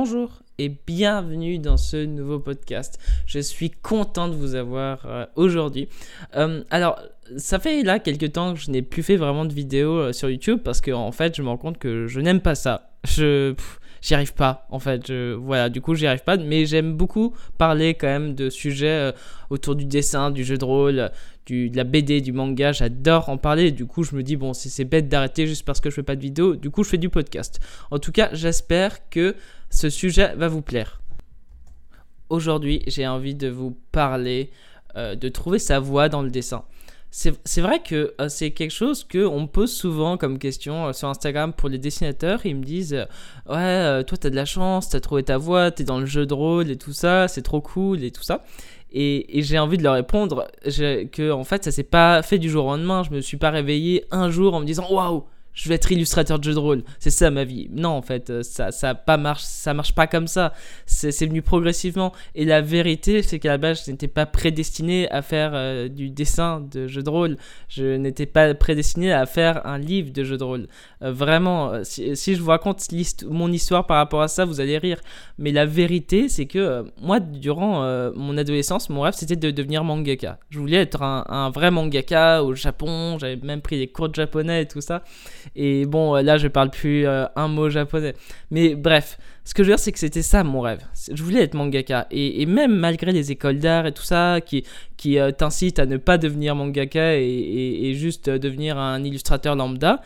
Bonjour et bienvenue dans ce nouveau podcast. Je suis content de vous avoir aujourd'hui. Alors, ça fait là quelques temps que je n'ai plus fait vraiment de vidéos sur YouTube parce que en fait, je me rends compte que je n'aime pas ça. J'y arrive pas en fait. Voilà, du coup, j'y arrive pas. Mais j'aime beaucoup parler quand même de sujets autour du dessin, du jeu de rôle, de la BD, du manga. J'adore en parler. Du coup, je me dis bon, c'est bête d'arrêter juste parce que je fais pas de vidéo. Du coup, je fais du podcast. En tout cas, j'espère que ce sujet va vous plaire. Aujourd'hui, j'ai envie de vous parler de trouver sa voie dans le dessin. C'est vrai que c'est quelque chose qu'on me pose souvent comme question sur Instagram pour les dessinateurs. Ils me disent ouais, toi t'as de la chance, t'as trouvé ta voie, t'es dans le jeu de rôle et tout ça, c'est trop cool et tout ça. Et j'ai envie de leur répondre que en fait ça s'est pas fait du jour au lendemain. Je me suis pas réveillé un jour en me disant waouh, je vais être illustrateur de jeu de rôle, c'est ça ma vie. Non, en fait, ça marche pas comme ça. C'est venu progressivement. Et la vérité, c'est qu'à la base, je n'étais pas prédestiné à faire du dessin de jeu de rôle. Je n'étais pas prédestiné à faire un livre de jeu de rôle. Vraiment, si je vous raconte mon histoire par rapport à ça, vous allez rire. Mais la vérité, c'est que moi, durant mon adolescence, mon rêve, c'était de devenir mangaka. Je voulais être un vrai mangaka au Japon. J'avais même pris des cours de japonais et tout ça. Et bon, là, je parle plus un mot japonais. Mais bref, ce que je veux dire, c'est que c'était ça mon rêve. Je voulais être mangaka. Et même malgré les écoles d'art et tout ça, qui t'incitent à ne pas devenir mangaka et juste devenir un illustrateur lambda,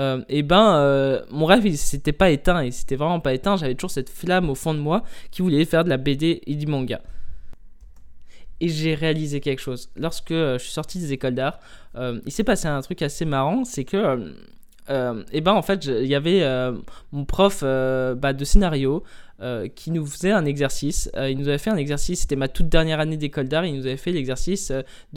mon rêve, il s'était pas éteint. Il s'était vraiment pas éteint. J'avais toujours cette flamme au fond de moi qui voulait faire de la BD et du manga. Et j'ai réalisé quelque chose. Lorsque je suis sorti des écoles d'art, il s'est passé un truc assez marrant. C'est que... en fait, il y avait mon prof de scénario qui nous faisait un exercice. Il nous avait fait un exercice, c'était ma toute dernière année d'école d'art. Il nous avait fait l'exercice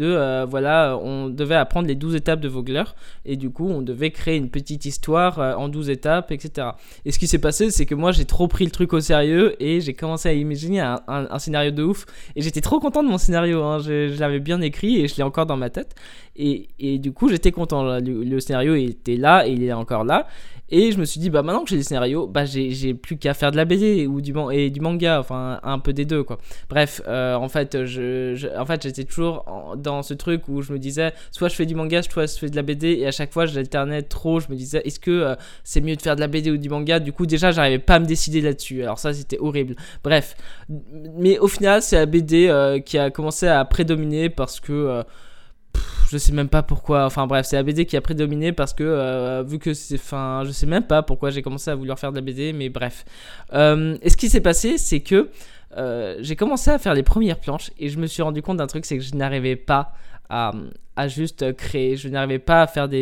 on devait apprendre les 12 étapes de Vogler. Et du coup, on devait créer une petite histoire en 12 étapes, etc. Et ce qui s'est passé, c'est que moi, j'ai trop pris le truc au sérieux et j'ai commencé à imaginer un scénario de ouf. Et j'étais trop content de mon scénario. Je l'avais bien écrit et je l'ai encore dans ma tête. Et du coup, j'étais content. Le scénario était là et il est encore là. Et je me suis dit, maintenant que j'ai le scénario, j'ai plus qu'à faire de la BD et du manga, enfin un peu des deux, quoi. Bref, en fait, j'étais toujours dans ce truc où je me disais, soit je fais du manga, soit je fais de la BD, et à chaque fois, j'alternais trop. Je me disais, est-ce que c'est mieux de faire de la BD ou du manga? Du coup, déjà, j'arrivais pas à me décider là-dessus. Alors ça, c'était horrible. Bref, mais au final, c'est la BD qui a commencé à prédominer parce que... je sais même pas pourquoi, enfin bref, c'est la BD qui a prédominé parce que vu que je sais même pas pourquoi j'ai commencé à vouloir faire de la BD, mais bref. Et ce qui s'est passé, c'est que j'ai commencé à faire les premières planches et je me suis rendu compte d'un truc, c'est que je n'arrivais pas à juste créer, je n'arrivais pas à faire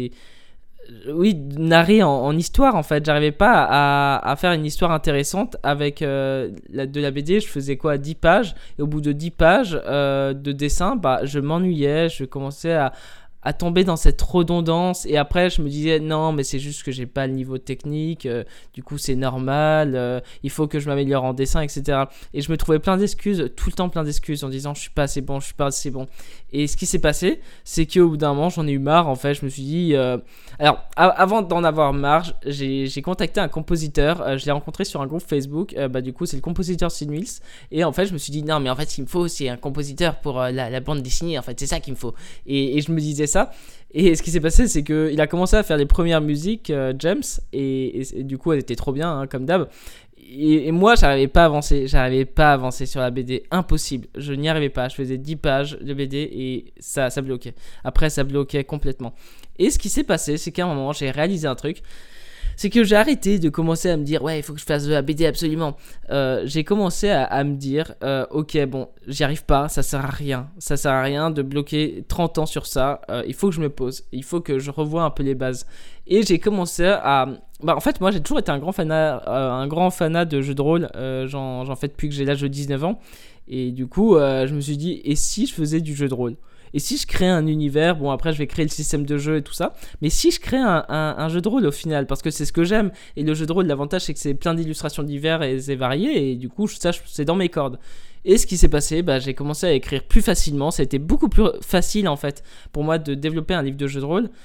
narrer en histoire en fait. J'arrivais pas à faire une histoire intéressante avec de la BD. Je faisais 10 pages et au bout de 10 pages de dessin, je m'ennuyais, je commençais à tomber dans cette redondance et après je me disais non mais c'est juste que j'ai pas le niveau technique, du coup c'est normal, il faut que je m'améliore en dessin, etc. Et je me trouvais plein d'excuses, tout le temps plein d'excuses en disant je suis pas assez bon. Et ce qui s'est passé, c'est qu'au bout d'un moment j'en ai eu marre en fait. Je me suis dit alors avant d'en avoir marre, j'ai contacté un compositeur, je l'ai rencontré sur un groupe Facebook, du coup c'est le compositeur Sinwils, et en fait je me suis dit non mais en fait ce qu'il me faut c'est un compositeur pour la bande dessinée, en fait c'est ça qu'il me faut. Et je me disais ça. Et ce qui s'est passé, c'est qu'il a commencé à faire les premières musiques, James, et du coup, elle était trop bien, comme d'hab. Et moi, j'arrivais pas à avancer sur la BD, impossible. Je n'y arrivais pas. Je faisais 10 pages de BD et ça bloquait. Après, ça bloquait complètement. Et ce qui s'est passé, c'est qu'à un moment, j'ai réalisé un truc. C'est que j'ai arrêté de commencer à me dire ouais il faut que je fasse de la BD absolument. J'ai commencé à me dire ok bon j'y arrive pas, ça sert à rien de bloquer 30 ans sur ça, il faut que je me pose, il faut que je revoie un peu les bases. Et j'ai commencé à... en fait moi j'ai toujours été un grand fanat de jeux de rôle, j'en fais depuis que j'ai l'âge de 19 ans. Et du coup je me suis dit et si je faisais du jeu de rôle? Et si je crée un univers, bon après je vais créer le système de jeu et tout ça, mais si je crée un jeu de rôle au final, parce que c'est ce que j'aime, et le jeu de rôle, l'avantage c'est que c'est plein d'illustrations diverses et variées, et du coup ça c'est dans mes cordes. Et ce qui s'est passé, j'ai commencé à écrire plus facilement, ça a été beaucoup plus facile en fait pour moi de développer un livre de jeu de rôle.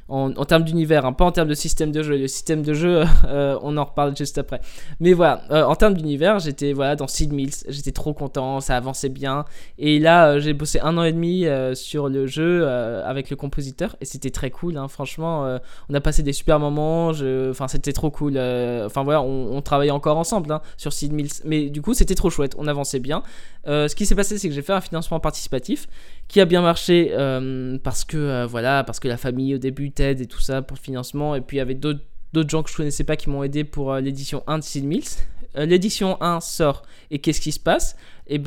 en termes d'univers, hein, pas en termes de système de jeu. Le système de jeu, on en reparle juste après. Mais voilà, en termes d'univers, j'étais dans Sid Meals, j'étais trop content, ça avançait bien. Et là, j'ai bossé 1 an et demi sur le jeu avec le compositeur, et c'était très cool, hein, franchement. On a passé des super moments, c'était trop cool. On travaillait encore ensemble, hein, sur Sid Meals. Mais du coup, c'était trop chouette, on avançait bien. Ce qui s'est passé, c'est que j'ai fait un financement participatif qui a bien marché parce que la famille au début t'aide et tout ça pour le financement. Et puis il y avait d'autres gens que je connaissais pas qui m'ont aidé pour l'édition 1 de Sid Meals. L'édition 1 sort, et qu'est-ce qui se passe? J'ai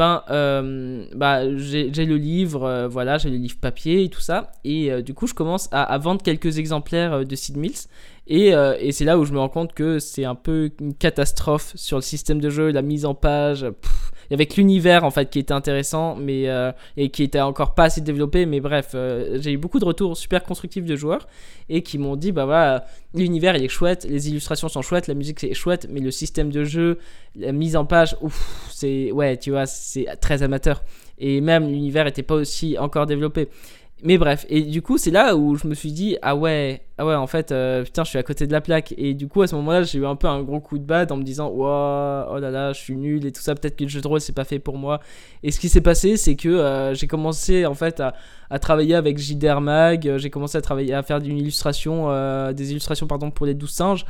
le livre, j'ai le livre papier et tout ça, et du coup je commence à vendre quelques exemplaires de Sid Meals, et c'est là où je me rends compte que c'est un peu une catastrophe sur le système de jeu, la mise en page, avec l'univers en fait qui était intéressant, mais et qui était encore pas assez développé, mais bref, j'ai eu beaucoup de retours super constructifs de joueurs et qui m'ont dit l'univers il est chouette, les illustrations sont chouettes, la musique c'est chouette, mais le système de jeu, la mise en page, c'est très amateur, et même l'univers était pas aussi encore développé. Mais bref, et du coup c'est là où je me suis dit en fait putain, je suis à côté de la plaque. Et du coup à ce moment-là j'ai eu un peu un gros coup de bad en me disant oh là là, je suis nul et tout ça, peut-être que le jeu de rôle c'est pas fait pour moi. Et ce qui s'est passé, c'est que j'ai commencé en fait à travailler avec JDR Mag, j'ai commencé à faire des illustrations pour les 12 singes,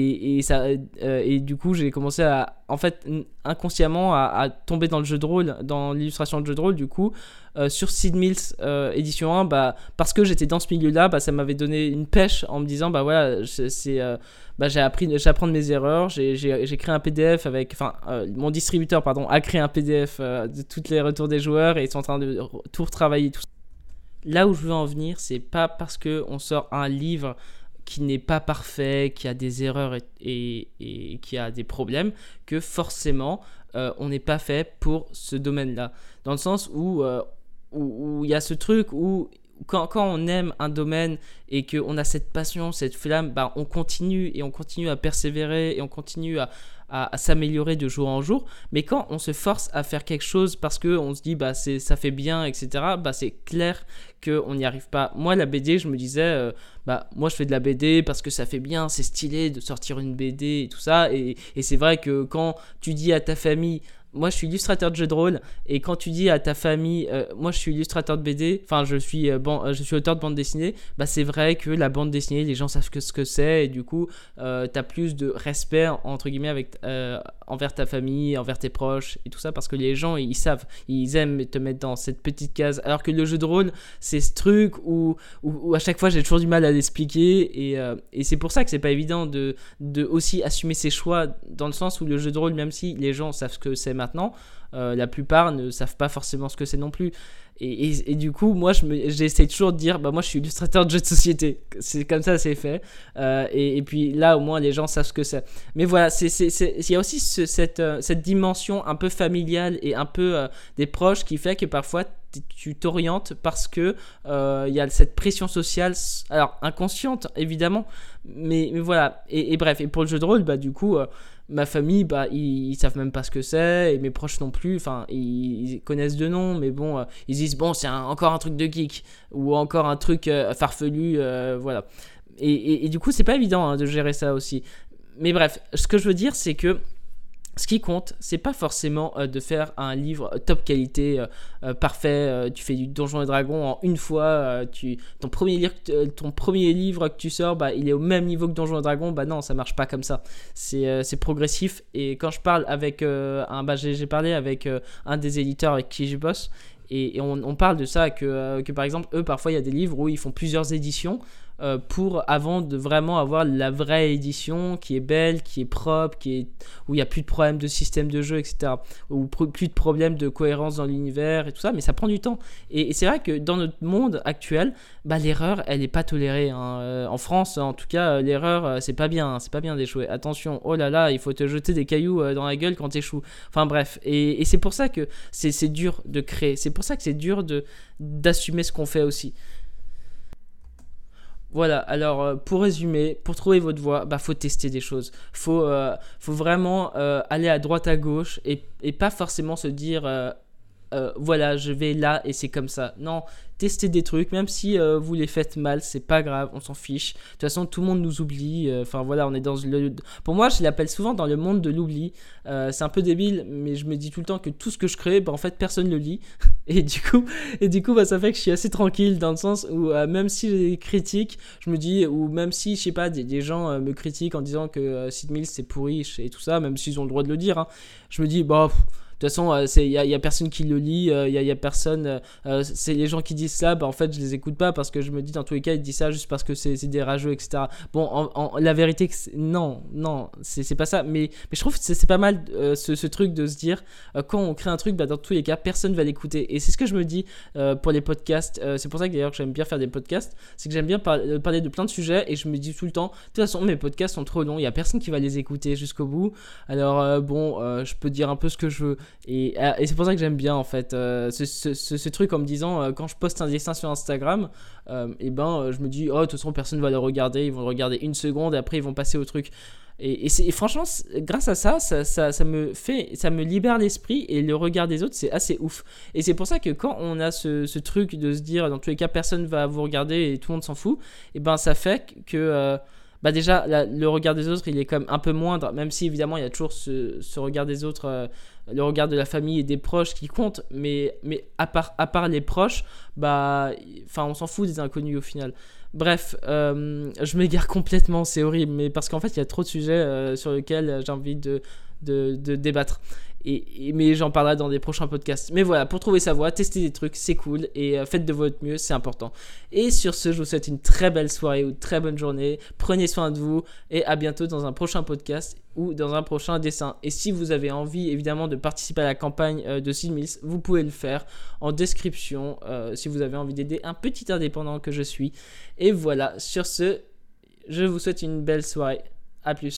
et du coup j'ai commencé inconsciemment à tomber dans le jeu de rôle, dans l'illustration de jeu de rôle. Du coup sur Sid Meals édition 1, parce que j'étais dans ce milieu-là, ça m'avait donné une pêche en me disant j'ai appris de mes erreurs, j'ai créé un PDF mon distributeur a créé un PDF de tous les retours des joueurs, et ils sont en train de tout retravailler tout ça. Là où je veux en venir, c'est pas parce que on sort un livre qui n'est pas parfait, qui a des erreurs et qui a des problèmes, que forcément on n'est pas fait pour ce domaine-là. Dans le sens où il y a ce truc où quand on aime un domaine et qu'on a cette passion, cette flamme, on continue à persévérer, et on continue à s'améliorer de jour en jour. Mais quand on se force à faire quelque chose parce qu'on se dit ça fait bien, etc., c'est clair qu'on n'y arrive pas. Moi, la BD, je me disais moi je fais de la BD parce que ça fait bien, c'est stylé de sortir une BD et tout ça, et c'est vrai que quand tu dis à ta famille moi je suis illustrateur de jeux de rôle, et quand tu dis à ta famille moi je suis illustrateur de BD, je suis auteur de bande dessinée, c'est vrai que la bande dessinée, les gens savent ce que c'est, et du coup t'as plus de respect entre guillemets envers ta famille, envers tes proches et tout ça, parce que les gens ils savent, ils aiment te mettre dans cette petite case, alors que le jeu de rôle c'est ce truc où à chaque fois j'ai toujours du mal à l'expliquer, et c'est pour ça que c'est pas évident de aussi assumer ses choix, dans le sens où le jeu de rôle, même si les gens savent ce que c'est maintenant, la plupart ne savent pas forcément ce que c'est non plus. Et du coup, moi, j'essaie toujours de dire, moi, je suis illustrateur de jeux de société. C'est comme ça, c'est fait. Et puis là, au moins, les gens savent ce que c'est. Mais voilà, il y a aussi cette dimension un peu familiale et un peu des proches qui fait que parfois, tu t'orientes parce que il y a cette pression sociale, alors inconsciente, évidemment. Mais voilà. Et bref, et pour le jeu de rôle, du coup... ma famille, ils savent même pas ce que c'est, et mes proches non plus. Ils connaissent de nom, mais bon, ils disent c'est encore un truc de geek, ou encore un truc farfelu, voilà. Et du coup, c'est pas évident de gérer ça aussi. Mais bref, ce que je veux dire, c'est que ce qui compte, c'est pas forcément de faire un livre top qualité, parfait. Tu fais du Donjons et Dragons en une fois. Ton premier livre que tu sors, il est au même niveau que Donjons et Dragons. Non, ça marche pas comme ça. C'est progressif. Et quand je parle avec j'ai parlé avec un des éditeurs avec qui je bosse, et on parle de ça, que par exemple, eux, parfois, il y a des livres où ils font plusieurs éditions. Avant de vraiment avoir la vraie édition qui est belle, qui est propre, où il n'y a plus de problème de système de jeu, etc., ou plus de problème de cohérence dans l'univers et tout ça, mais ça prend du temps. Et c'est vrai que dans notre monde actuel, l'erreur elle n'est pas tolérée, hein. En France en tout cas, l'erreur c'est pas bien d'échouer. Attention, oh là là, il faut te jeter des cailloux dans la gueule quand t'échoues. Enfin bref, et c'est pour ça que c'est dur de créer, c'est pour ça que c'est dur d'assumer ce qu'on fait aussi. Voilà, alors pour résumer, pour trouver votre voie, faut tester des choses. Faut vraiment aller à droite à gauche, et pas forcément se dire voilà, je vais là et c'est comme ça. Non, testez des trucs, même si vous les faites mal, c'est pas grave, on s'en fiche. De toute façon, tout le monde nous oublie. Enfin voilà, on est dans le. Pour moi, je l'appelle souvent dans le monde de l'oubli. C'est un peu débile, mais je me dis tout le temps que tout ce que je crée, en fait, personne le lit. Et du coup, ça fait que je suis assez tranquille dans le sens où même si j'ai des critiques, je me dis, ou même si, je sais pas, des gens me critiquent en disant que Sid Mills c'est pourri et tout ça, même s'ils ont le droit de le dire, hein, je me dis, bah. De toute façon, il y a personne qui le lit, il y a personne. C'est les gens qui disent ça, en fait, je les écoute pas parce que je me dis dans tous les cas, ils disent ça juste parce que c'est des rageux, etc. Bon, la vérité, non, c'est pas ça. Mais je trouve que c'est pas mal ce truc de se dire quand on crée un truc, dans tous les cas, personne va l'écouter. Et c'est ce que je me dis pour les podcasts. C'est pour ça que d'ailleurs j'aime bien faire des podcasts. C'est que j'aime bien parler de plein de sujets et je me dis tout le temps, de toute façon, mes podcasts sont trop longs, il y a personne qui va les écouter jusqu'au bout. Alors je peux dire un peu ce que je veux. Et c'est pour ça que j'aime bien en fait ce truc en me disant quand je poste un dessin sur Instagram je me dis de toute façon personne va le regarder, ils vont le regarder une seconde et après ils vont passer au truc et franchement grâce à ça me libère l'esprit et le regard des autres c'est assez ouf et c'est pour ça que quand on a ce truc de se dire dans tous les cas personne va vous regarder et tout le monde s'en fout et ça fait que déjà le regard des autres il est quand même un peu moindre même si évidemment il y a toujours ce regard des autres le regard de la famille et des proches qui compte mais à part les proches on s'en fout des inconnus au final bref je m'égare complètement c'est horrible mais parce qu'en fait il y a trop de sujets sur lesquels j'ai envie de débattre mais j'en parlerai dans des prochains podcasts. Mais voilà, pour trouver sa voie, testez des trucs, c'est cool. Et faites de votre mieux, c'est important. Et sur ce, je vous souhaite une très belle soirée ou une très bonne journée. Prenez soin de vous et à bientôt dans un prochain podcast ou dans un prochain dessin. Et si vous avez envie, évidemment, de participer à la campagne de Sid Mills, vous pouvez le faire en description si vous avez envie d'aider un petit indépendant que je suis. Et voilà, sur ce, je vous souhaite une belle soirée. À plus.